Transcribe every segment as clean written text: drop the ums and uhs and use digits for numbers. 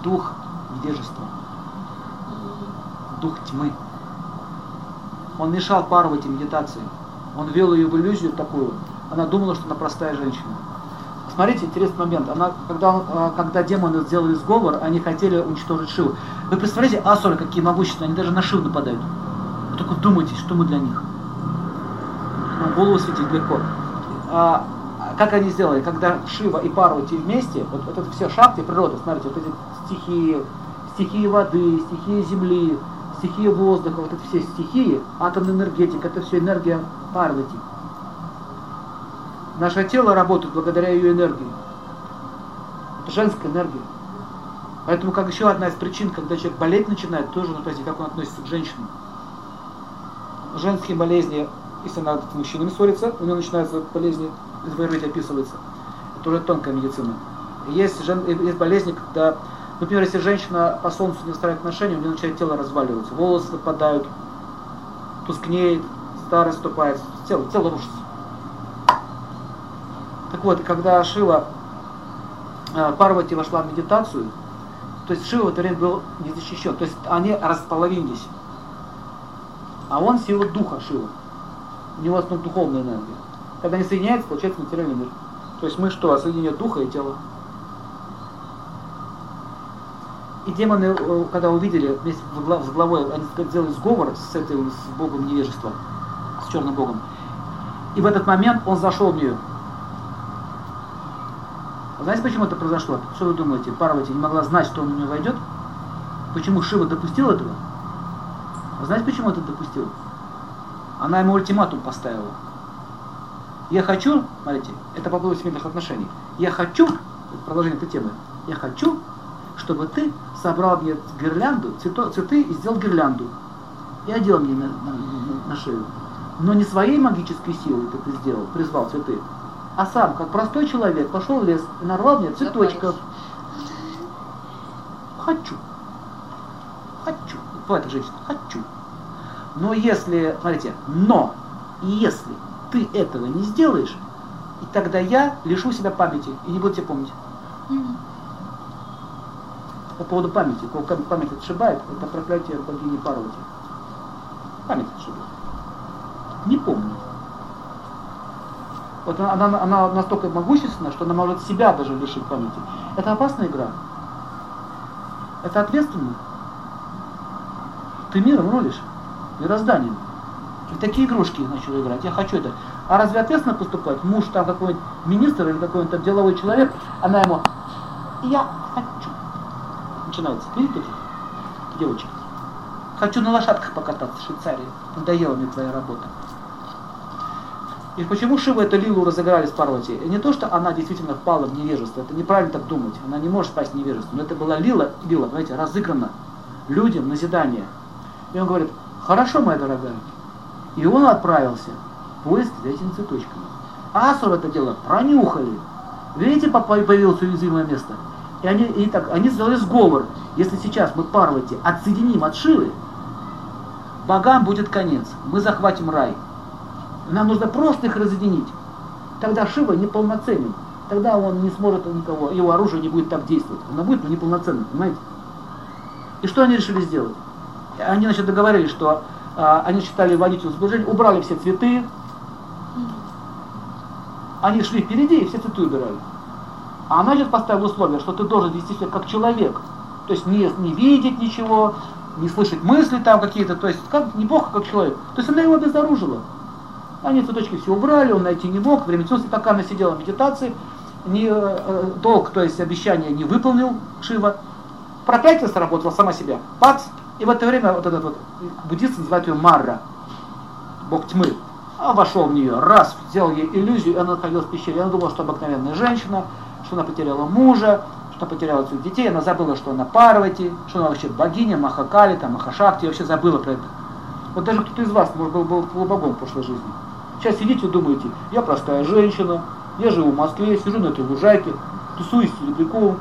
дух невежества, дух тьмы. Он мешал Парвати медитации. Он ввел ее в иллюзию такую. Она думала, что она простая женщина. Смотрите, интересный момент. Когда демоны сделали сговор, они хотели уничтожить Шиву. Вы представляете, асуры какие могущественные, они даже на Шиву нападают. Вы только думайте, что мы для них. Нам голову светить легко. Как они сделали? Когда Шива и Парвати вместе, вот это все шакти, природа, смотрите, вот эти стихии воды, стихии земли, стихии воздуха, вот это все стихии, атомная энергетика, это все энергия Парвати. Наше тело работает благодаря ее энергии. Это женская энергия. Поэтому как еще одна из причин, когда человек болеть начинает, тоже нужно понять, как он относится к женщинам. Женские болезни, если она с мужчинами ссорится, у него начинаются болезни, в аюрведе описывается. Это уже тонкая медицина. Есть болезни, когда, например, если женщина по солнцу не выстраивает отношения, у нее начинает тело разваливаться, волосы выпадают, тускнеет, старость вступает, тело рушится. Так вот, когда Парвати вошла в медитацию, то есть Шива в это время был не защищен, то есть они располовинились. А он сила духа Шива. У него основная духовная энергия. Когда они соединяются, получается материальный мир. То есть мы что? Соединение духа и тела. И демоны, когда увидели, вместе с главой, они сделали сговор с богом невежества, с черным богом. И в этот момент он зашел в нее. Знаете, почему это произошло? Что вы думаете? Парвати не могла знать, что он в нее войдет? Почему Шива допустил этого? Вы знаете, почему это допустил? Она ему ультиматум поставила. Я хочу, смотрите, это по поводу семейных отношений. Я хочу, продолжение этой темы, я хочу, чтобы ты собрал мне гирлянду, цветы и сделал гирлянду. И одел мне на шею. Но не своей магической силой ты это сделал, призвал цветы. А сам, как простой человек, пошел в лес и нарвал мне цветочков. Хочу. Бывает женщина, хочу. Но если, смотрите, если ты этого не сделаешь, и тогда я лишу себя памяти и не буду тебя помнить. По поводу памяти, кого память отшибает, это проклятие богини Парвати. Память отшибает. Не помню. Вот она настолько могущественна, что она может себя даже лишить памяти. Это опасная игра. Это ответственно. Ты миром рулишь, мирозданием. И такие игрушки начал играть. Я хочу это. А разве ответственно поступать? Муж там какой-нибудь министр или какой-нибудь там деловой человек, она ему: я хочу. Начинается. Видите, девочки? Хочу на лошадках покататься в Швейцарии. Надоела мне твоя работа. И почему Шива эту лилу разыграли с Парвати? Не то, что она действительно впала в невежество, это неправильно так думать, она не может спасть в невежество, но это была лила, понимаете, разыграна людям назидание. И он говорит: хорошо, моя дорогая. И он отправился в поиск за этими цветочками. Асуры это дело пронюхали. Видите, появилось уязвимое место. И они сделали сговор. Если сейчас мы Парвати отсоединим от Шивы, богам будет конец. Мы захватим рай. Нам нужно просто их разъединить. Тогда Шива неполноценен. Тогда он не сможет никого, его оружие не будет так действовать. Оно будет неполноценным, понимаете? И что они решили сделать? Они, договорились, что они считали водителю заблуждения, убрали все цветы. Они шли впереди и все цветы убирали. А она поставила условие, что ты должен вести себя как человек. То есть не видеть ничего, не слышать мысли там какие-то. То есть не Бог, а как человек. То есть она его обезоружила. Они цветочки все убрали, он найти не мог. Время тянулось, пока она сидела в медитации, долг, то есть обещание не выполнил Шива. Проклятие сработало сама себя. Бац! И в это время вот этот вот буддисты называют ее Марра, бог тьмы. А вошел в нее, раз, сделал ей иллюзию, и она находилась в пещере. Она думала, что обыкновенная женщина, что она потеряла мужа, что она потеряла своих детей. Она забыла, что она Парвати, что она вообще богиня, Махакали, там, Махашакти, вообще забыла про это. Вот даже кто-то из вас, может, был полубогом в прошлой жизни. Сейчас сидите и думаете: я простая женщина, я живу в Москве, сижу на этой лужайке, тусуюсь с Серебряковым.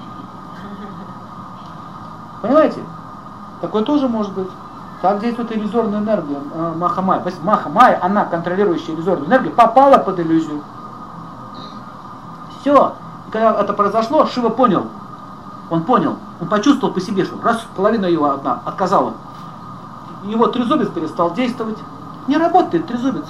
Понимаете? Такое тоже может быть. Так действует иллюзорная энергия Махамая. Махамая, она, контролирующая иллюзорную энергию, попала под иллюзию. Все. И когда это произошло, Шива понял: Он понял, он почувствовал по себе, что раз половина его одна отказала, его трезубец перестал действовать. Не работает трезубец.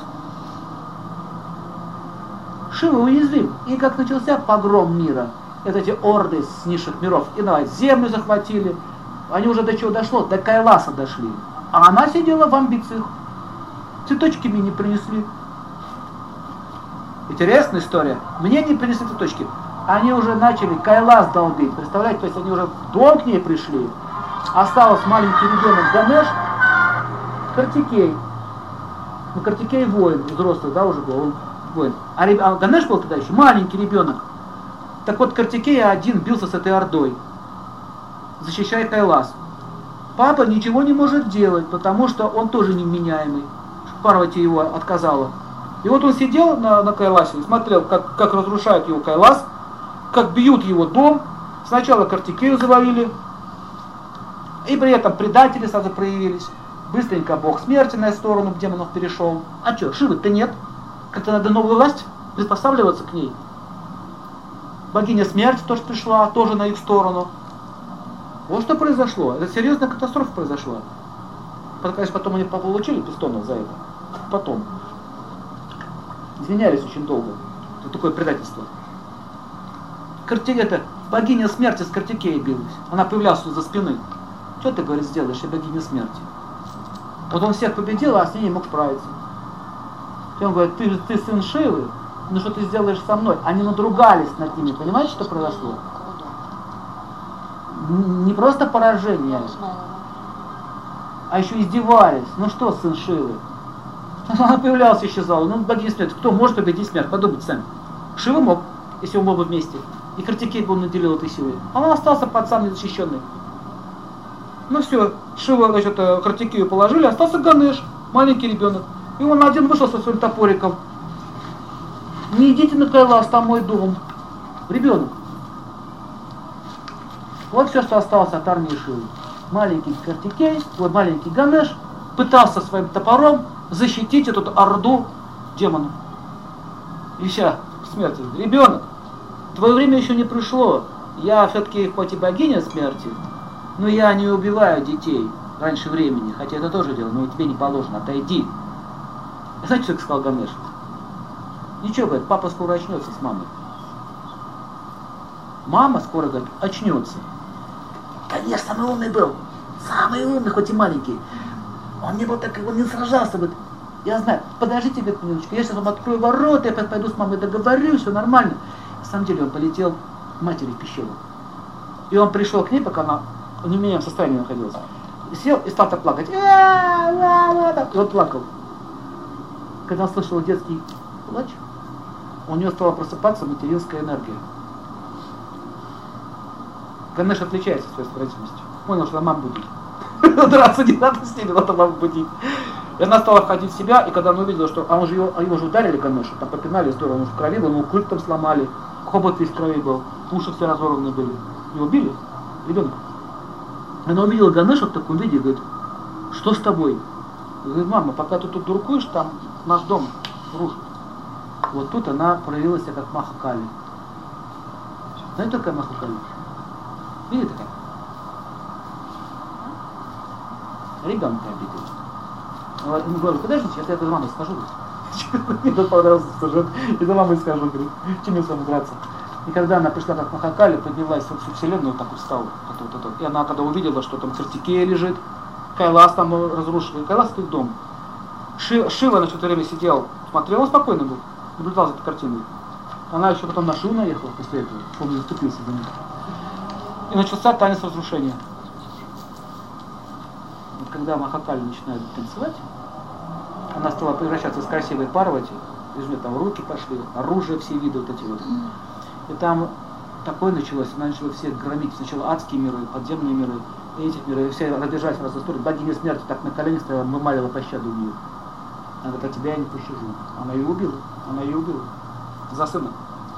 Шива уязвим. И как начался погром мира, это эти орды с низших миров, и давай землю захватили, они уже до чего дошло, до Кайласа дошли. А она сидела в амбициях. Цветочки мне не принесли. Интересная история. Мне не принесли цветочки. Они уже начали Кайлас долбить. Представляете, то есть они уже в дом к ней пришли. Остался маленький ребенок Ганеш, Картикей. Ну, Картикей воин, взрослый, да, уже был, он воин. А Ганеш был тогда еще маленький ребенок. Так вот, Картикей один бился с этой ордой, защищая Кайлас. Папа ничего не может делать, потому что он тоже невменяемый. Парвати его отказала. И вот он сидел на Кайласе и смотрел, как разрушают его Кайлас, как бьют его дом. Сначала Картикею завалили, и при этом предатели сразу проявились. Быстренько бог смерти на сторону демонов перешел. А что, Шивы-то нет? Как-то надо новую власть приспосабливаться к ней. Богиня смерти тоже пришла, тоже на их сторону. Вот что произошло. Это серьезная катастрофа произошла. Конечно, потом они получили пистонов за это. Потом. Извинялись очень долго. Это такое предательство. Это богиня смерти с Картикеей билась. Она появлялась за спины. Что ты, говорит, сделаешь, я богиня смерти? Вот он всех победил, а с ней не мог справиться. И он говорит, ты сын Шивы, ну что ты сделаешь со мной? Они надругались над ними. Понимаете, что произошло? Не просто поражение, а еще издевались. Ну что, сын Шивы? Она появлялась, исчезала. Ну, богиня смерти. Кто может победить смерть? Подумайте сами. Шива мог, если он был бы вместе. И Картикей был наделил этой силой. А он остался пацан незащищенный. Ну все, Шива, значит, Картикею положили, остался Ганеш, маленький ребенок. И он один вышел со своим топориком. Не идите на Кайлас, там мой дом. Ребенок. Вот все, что осталось от армии Шивы. Маленький Картикей, вот маленький Ганеш пытался своим топором защитить эту орду демонов. И вся смерть. Ребенок, твое время еще не пришло. Я все-таки хоть и богиня смерти, но я не убиваю детей раньше времени, хотя это тоже дело, но тебе не положено, отойди. Знаете, что сказал Ганеш? Ничего, говорит, папа скоро очнется с мамой. Мама скоро, говорит, очнется. Конечно, самый умный был. Самый умный, хоть и маленький. Он не был так, он не сражался. Говорит, я знаю, подождите, говорит, минуточку, я сейчас вам открою ворота, я пойду с мамой договорюсь, все нормально. На самом деле он полетел к матери в пещеру. И он пришел к ней, пока она в невменяемом состоянии находилась. И сел и стал так плакать. И он плакал. Когда он слышал детский плач, у него стала просыпаться материнская энергия. Ганеш отличается своей выразительностью. Понял, что мама будит. Драться не надо с ними, надо маму будить. И она стала входить в себя, и когда она увидела, что его же ударили Ганеша, там попинали здорово, он в крови был, ему культ там сломали, хобот весь в крови был, уши все разорваны были. Его били, ребенка. Она увидела Ганеша в таком виде и говорит, что с тобой? И говорит, мама, пока ты тут дуркуешь, там наш дом рушит. Вот тут она проявилась как Махакали. Знаете, какая Махакали? Видите как? Ребенка обидела. Я говорю, подождите, сейчас я за мамой скажу. Мне тут понравился сюжет, и за мамой скажу, говорит, чем мне с вами драться? И когда она пришла как Махакали, поднялась в всю вселенную, вот так вот встала. И она когда увидела, что там Картикея лежит, Кайлас там разрушили, Кайлас это дом. Шива на что-то время сидел, смотрел, он спокойно был, наблюдал за этой картиной. Она еще потом на Шиву наехала после этого, помню, заступился за них. И начался танец разрушения. Вот когда Махакали начинает танцевать, она стала превращаться в красивой Парвати, и у нее там руки пошли, оружие, все виды вот эти вот. И там такое началось, она начала всех громить. Сначала адские миры, подземные миры, и этих миров, и все разбежались в разные стороны. Богиня смерти так на колени стояла, вымалила пощаду у нее. Она говорит, а тебя я не пощажу. Она ее убила, за сына.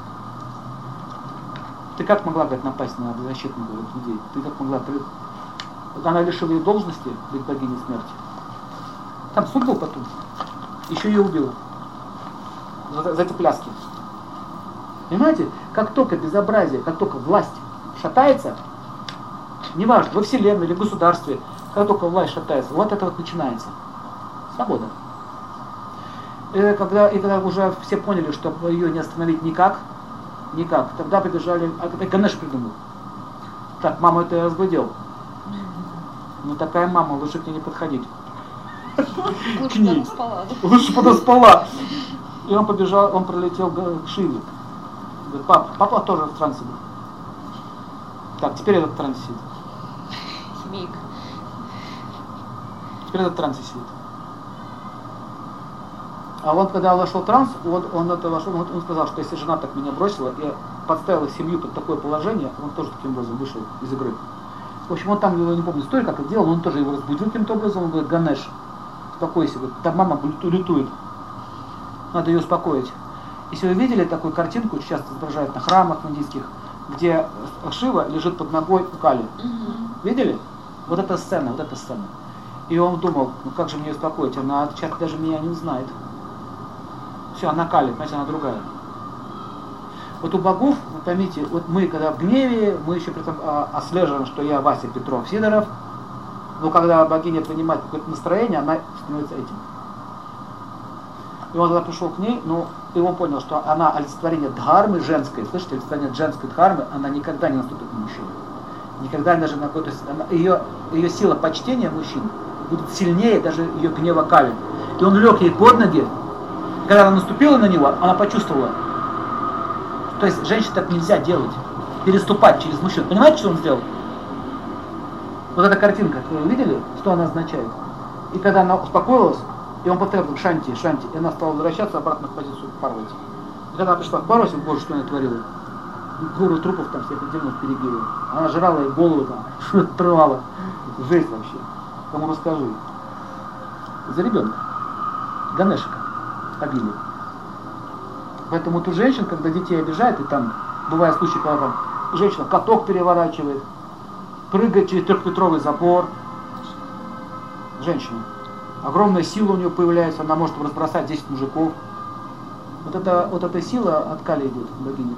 Ты как могла, говорит, напасть на беззащитных, говорит, людей? Ты как могла? Вот она лишила ее должности, быть богиней смерти. Там суд был потом. Еще ее убила. За эти пляски. Понимаете? Как только безобразие, как только власть шатается, неважно, во Вселенной или в государстве, когда только власть шатается, вот это вот начинается. Свобода. И когда уже все поняли, что ее не остановить никак, тогда побежали, Ганеш придумал. Так, мама это я разбудил. Ну такая мама, лучше к ней не подходить. Лучше бы она спала, да? Лучше бы она спала. И он побежал, он пролетел к Шиве. Говорит, папа тоже в трансе был. Так, теперь этот в трансе сидит. Семейка. Теперь этот в трансе сидит. А он, когда вошел в транс, он сказал, что если жена так меня бросила и подставила семью под такое положение, он тоже таким образом вышел из игры. В общем, он там, я не помню историю, как это делал, но он тоже его разбудил каким-то образом, он говорит, Ганеш, успокойся, говорит, там мама лютует, надо ее успокоить. Если вы видели такую картинку, часто изображают на храмах индийских, где Шива лежит под ногой у Кали. Видели? Вот эта сцена. И он думал, ну как же мне ее успокоить, она часто даже меня не узнает. Все, она Кали, понимаете, она другая. Вот у богов, вы поймите, вот мы когда в гневе, мы еще при этом отслеживаем, что я Вася Петров Сидоров, но когда богиня принимает какое-то настроение, она становится этим. И он тогда пришел к ней, и он понял, что она олицетворение дхармы женской, слышите, олицетворение женской дхармы, она никогда не наступит на мужчину. Никогда даже на какой-то... Ее сила почтения мужчин будет сильнее даже ее гнева Кали. И он лег ей под ноги, когда она наступила на него, она почувствовала. То есть женщине так нельзя делать, переступать через мужчин. Понимаете, что он сделал? Вот эта картинка, вы увидели, что она означает? И когда она успокоилась, и он повторял шанти, и она стала возвращаться обратно в позицию Парвати. И когда она пришла к Парвати, боже, что она творила? Гору трупов там всех отдельных перегибов. Она жрала ей голову там, что-то отрывала. Жесть вообще. Кому расскажи. За ребенка. Ганешика. Обидели. Поэтому вот у женщин, когда детей обижают, и там бывают случаи, когда там женщина каток переворачивает, прыгает через 3-метровый забор. Женщина. Огромная сила у нее появляется, она может разбросать 10 мужиков. Вот эта сила от Кали идет, богини.